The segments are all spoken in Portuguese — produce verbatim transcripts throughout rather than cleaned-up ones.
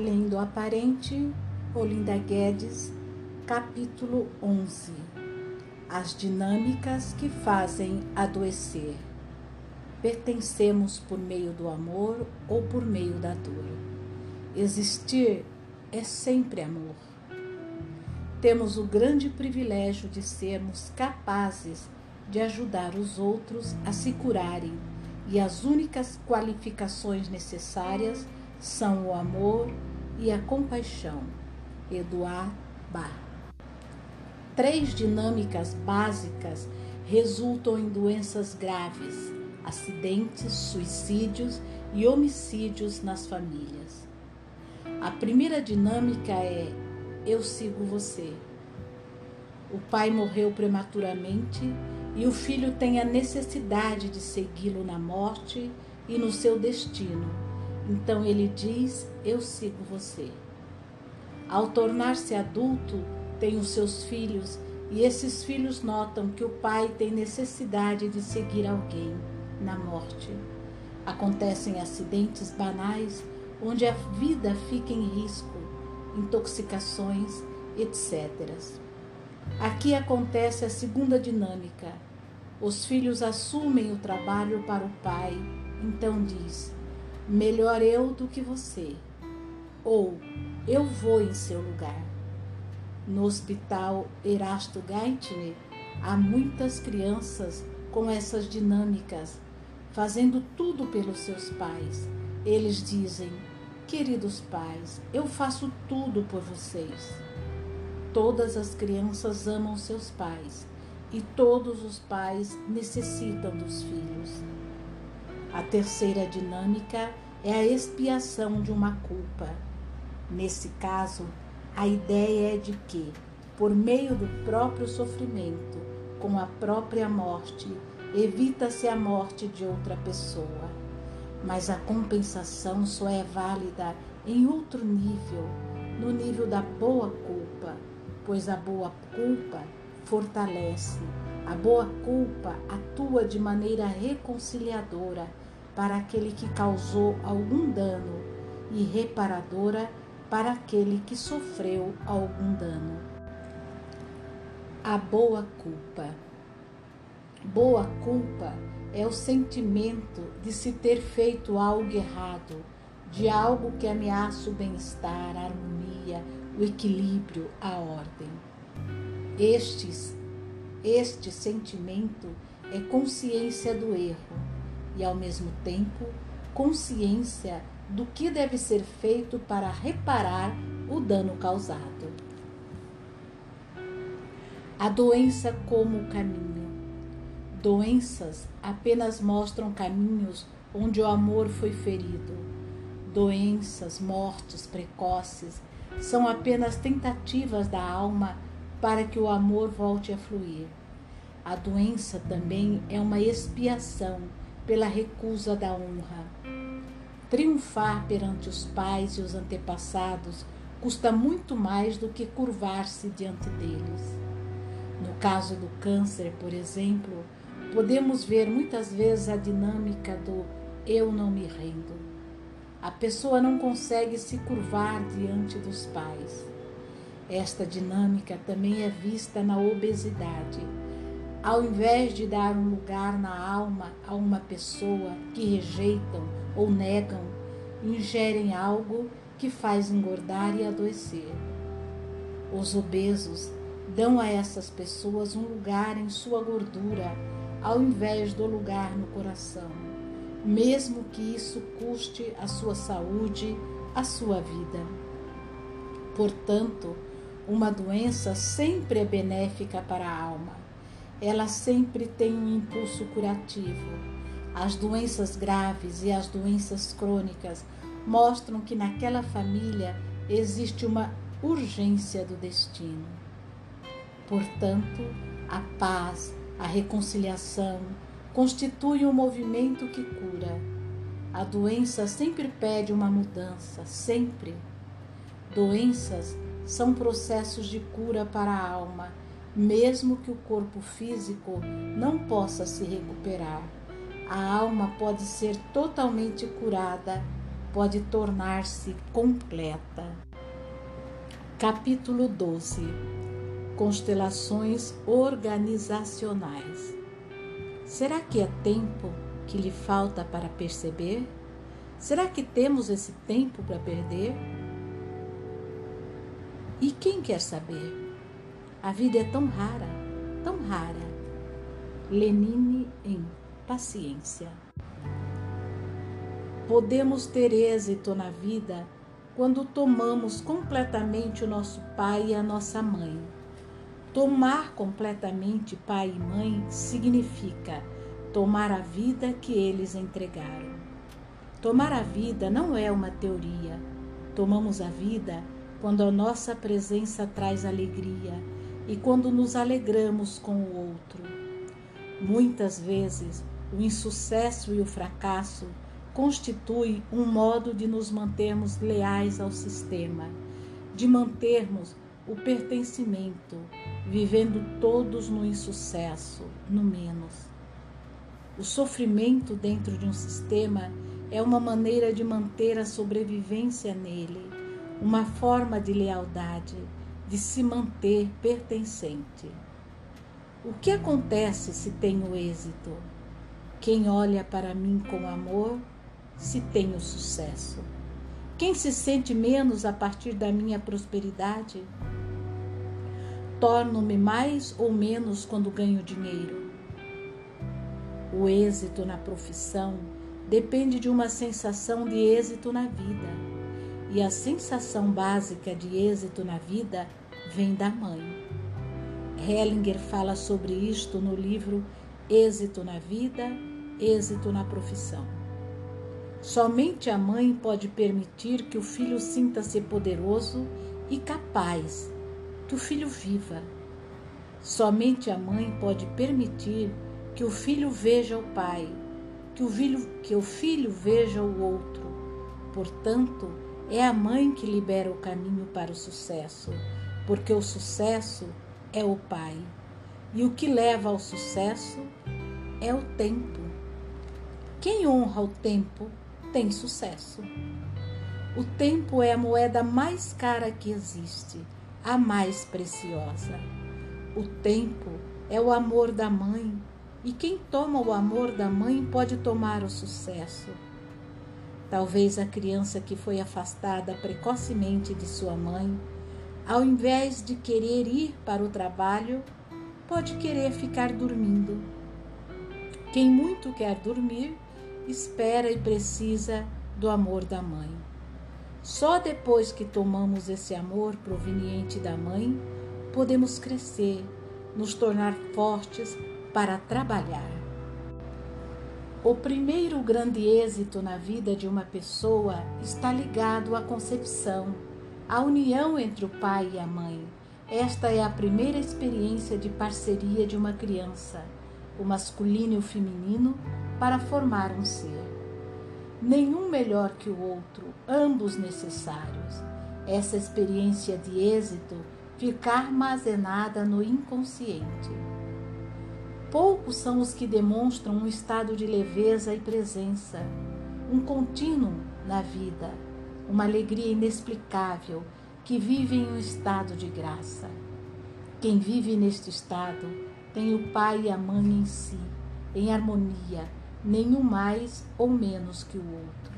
lendo Aparente, Olinda Guedes, capítulo onze. As dinâmicas que fazem adoecer. Pertencemos por meio do amor ou por meio da dor. Existir é sempre amor. Temos o grande privilégio de sermos capazes de ajudar os outros a se curarem, e as únicas qualificações necessárias são o amor e a compaixão. Eduard Bach. Três dinâmicas básicas resultam em doenças graves, acidentes, suicídios e homicídios nas famílias. A primeira dinâmica é: eu sigo você. O pai morreu prematuramente e o filho tem a necessidade de segui-lo na morte e no seu destino. Então ele diz: eu sigo você. Ao tornar-se adulto, tem os seus filhos e esses filhos notam que o pai tem necessidade de seguir alguém na morte. Acontecem acidentes banais onde a vida fica em risco, intoxicações, etcétera. Aqui acontece a segunda dinâmica. Os filhos assumem o trabalho para o pai, então diz: melhor eu do que você, ou eu vou em seu lugar. No hospital Erasto Gaetni, há muitas crianças com essas dinâmicas, fazendo tudo pelos seus pais. Eles dizem: queridos pais, eu faço tudo por vocês. Todas as crianças amam seus pais e todos os pais necessitam dos filhos. A terceira dinâmica é a expiação de uma culpa. Nesse caso, a ideia é de que, por meio do próprio sofrimento, com a própria morte, evita-se a morte de outra pessoa. Mas a compensação só é válida em outro nível, no nível da boa culpa, pois a boa culpa fortalece. A boa culpa atua de maneira reconciliadora para aquele que causou algum dano e reparadora para aquele que sofreu algum dano. A boa culpa. Boa culpa é o sentimento de se ter feito algo errado, de algo que ameaça o bem-estar, a harmonia, o equilíbrio, a ordem. Estes, este sentimento é consciência do erro e, ao mesmo tempo, consciência do que deve ser feito para reparar o dano causado. A doença como o caminho. Doenças apenas mostram caminhos onde o amor foi ferido. Doenças, mortes precoces são apenas tentativas da alma para que o amor volte a fluir. A doença também é uma expiação pela recusa da honra. Triunfar perante os pais e os antepassados custa muito mais do que curvar-se diante deles. No caso do câncer, por exemplo, podemos ver muitas vezes a dinâmica do eu não me rendo. A pessoa não consegue se curvar diante dos pais. Esta dinâmica também é vista na obesidade. Ao invés de dar um lugar na alma a uma pessoa que rejeitam ou negam, ingerem algo que faz engordar e adoecer. Os obesos dão a essas pessoas um lugar em sua gordura, ao invés do lugar no coração, mesmo que isso custe a sua saúde, a sua vida. Portanto, uma doença sempre é benéfica para a alma. Ela sempre tem um impulso curativo. As doenças graves e as doenças crônicas mostram que naquela família existe uma urgência do destino. Portanto, a paz, a reconciliação constituem um movimento que cura. A doença sempre pede uma mudança, sempre. Doenças são processos de cura para a alma, mesmo que o corpo físico não possa se recuperar. A alma pode ser totalmente curada pode tornar-se completa. Capítulo doze. Constelações organizacionais. Será que é tempo que lhe falta para perceber? Será que temos esse tempo para perder? E quem quer saber? A vida é tão rara, tão rara. Lenine em Paciência. Podemos ter êxito na vida quando tomamos completamente o nosso pai e a nossa mãe. Tomar completamente pai e mãe significa tomar a vida que eles entregaram. Tomar a vida não é uma teoria. Tomamos a vida quando a nossa presença traz alegria e quando nos alegramos com o outro. Muitas vezes, o insucesso e o fracasso constituem um modo de nos mantermos leais ao sistema, de mantermos o pertencimento, vivendo todos no insucesso, no menos. O sofrimento dentro de um sistema é uma maneira de manter a sobrevivência nele, uma forma de lealdade, de se manter pertencente. O que acontece se tenho êxito? Quem olha para mim com amor, se tenho sucesso? Quem se sente menos a partir da minha prosperidade? Torno-me mais ou menos quando ganho dinheiro? O êxito na profissão depende de uma sensação de êxito na vida. E a sensação básica de êxito na vida vem da mãe. Hellinger fala sobre isto no livro Êxito na Vida, Êxito na Profissão. Somente a mãe pode permitir que o filho sinta-se poderoso e capaz, que o filho viva. Somente a mãe pode permitir que o filho veja o pai, que o filho, que o filho veja o outro. Portanto, é a mãe que libera o caminho para o sucesso, porque o sucesso é o pai. E o que leva ao sucesso é o tempo. Quem honra o tempo tem sucesso. O tempo é a moeda mais cara que existe, a mais preciosa. O tempo é o amor da mãe, e quem toma o amor da mãe pode tomar o sucesso. Talvez a criança que foi afastada precocemente de sua mãe, ao invés de querer ir para o trabalho, pode querer ficar dormindo. Quem muito quer dormir, espera e precisa do amor da mãe. Só depois que tomamos esse amor proveniente da mãe, podemos crescer, nos tornar fortes para trabalhar. O primeiro grande êxito na vida de uma pessoa está ligado à concepção, à união entre o pai e a mãe. Esta é a primeira experiência de parceria de uma criança, o masculino e o feminino, para formar um ser. Nenhum melhor que o outro, ambos necessários. Essa experiência de êxito fica armazenada no inconsciente. Poucos são os que demonstram um estado de leveza e presença, um contínuo na vida, uma alegria inexplicável, que vive em um estado de graça. Quem vive neste estado tem o pai e a mãe em si, em harmonia, nenhum mais ou menos que o outro.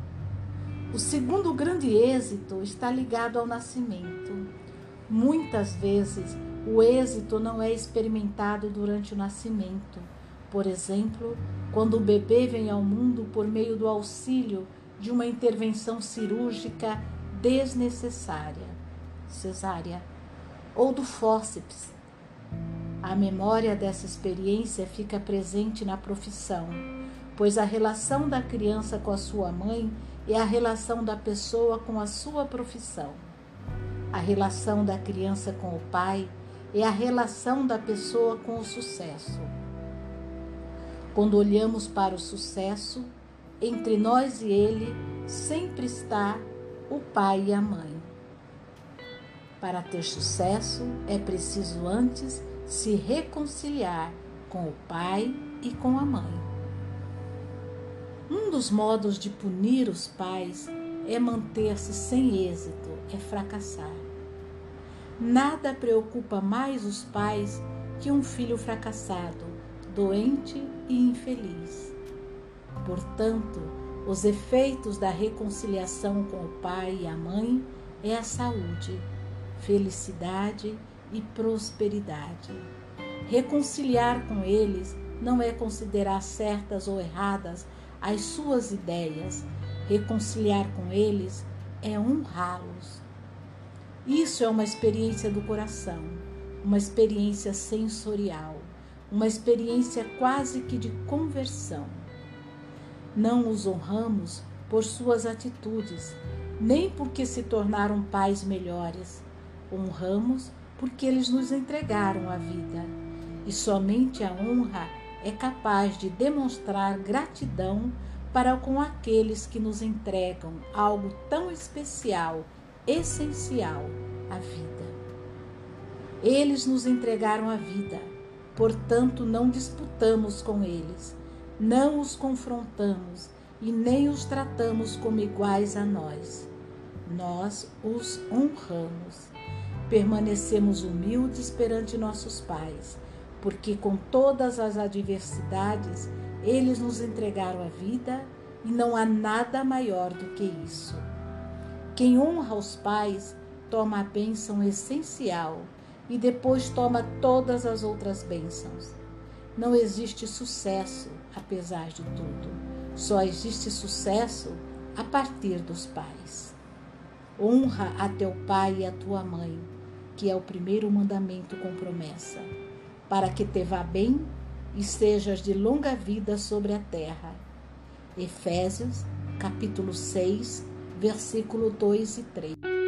O segundo grande êxito está ligado ao nascimento. Muitas vezes, o êxito não é experimentado durante o nascimento. Por exemplo, quando o bebê vem ao mundo por meio do auxílio de uma intervenção cirúrgica desnecessária, cesárea, ou do fórceps. A memória dessa experiência fica presente na profissão, pois a relação da criança com a sua mãe é a relação da pessoa com a sua profissão. A relação da criança com o pai é a relação da pessoa com o sucesso. Quando olhamos para o sucesso, entre nós e ele sempre está o pai e a mãe. Para ter sucesso, é preciso antes se reconciliar com o pai e com a mãe. Um dos modos de punir os pais é manter-se sem êxito, é fracassar. Nada preocupa mais os pais que um filho fracassado, doente e infeliz. Portanto, os efeitos da reconciliação com o pai e a mãe é a saúde, felicidade e prosperidade. Reconciliar com eles não é considerar certas ou erradas as suas ideias. Reconciliar com eles é honrá-los. Isso é uma experiência do coração, uma experiência sensorial, uma experiência quase que de conversão. Não os honramos por suas atitudes, nem porque se tornaram pais melhores. Honramos porque eles nos entregaram a vida. E somente a honra é capaz de demonstrar gratidão para com aqueles que nos entregam algo tão especial, essencial, a vida. Eles nos entregaram a vida, portanto não disputamos com eles, não os confrontamos e nem os tratamos como iguais a nós. Nós os honramos. Permanecemos humildes perante nossos pais, porque com todas as adversidades eles nos entregaram a vida e não há nada maior do que isso. Quem honra os pais toma a bênção essencial e depois toma todas as outras bênçãos. Não existe sucesso apesar de tudo. Só existe sucesso a partir dos pais. Honra a teu pai e a tua mãe, que é o primeiro mandamento com promessa, para que te vá bem e sejas de longa vida sobre a terra. Efésios, capítulo seis, versículo dois e três.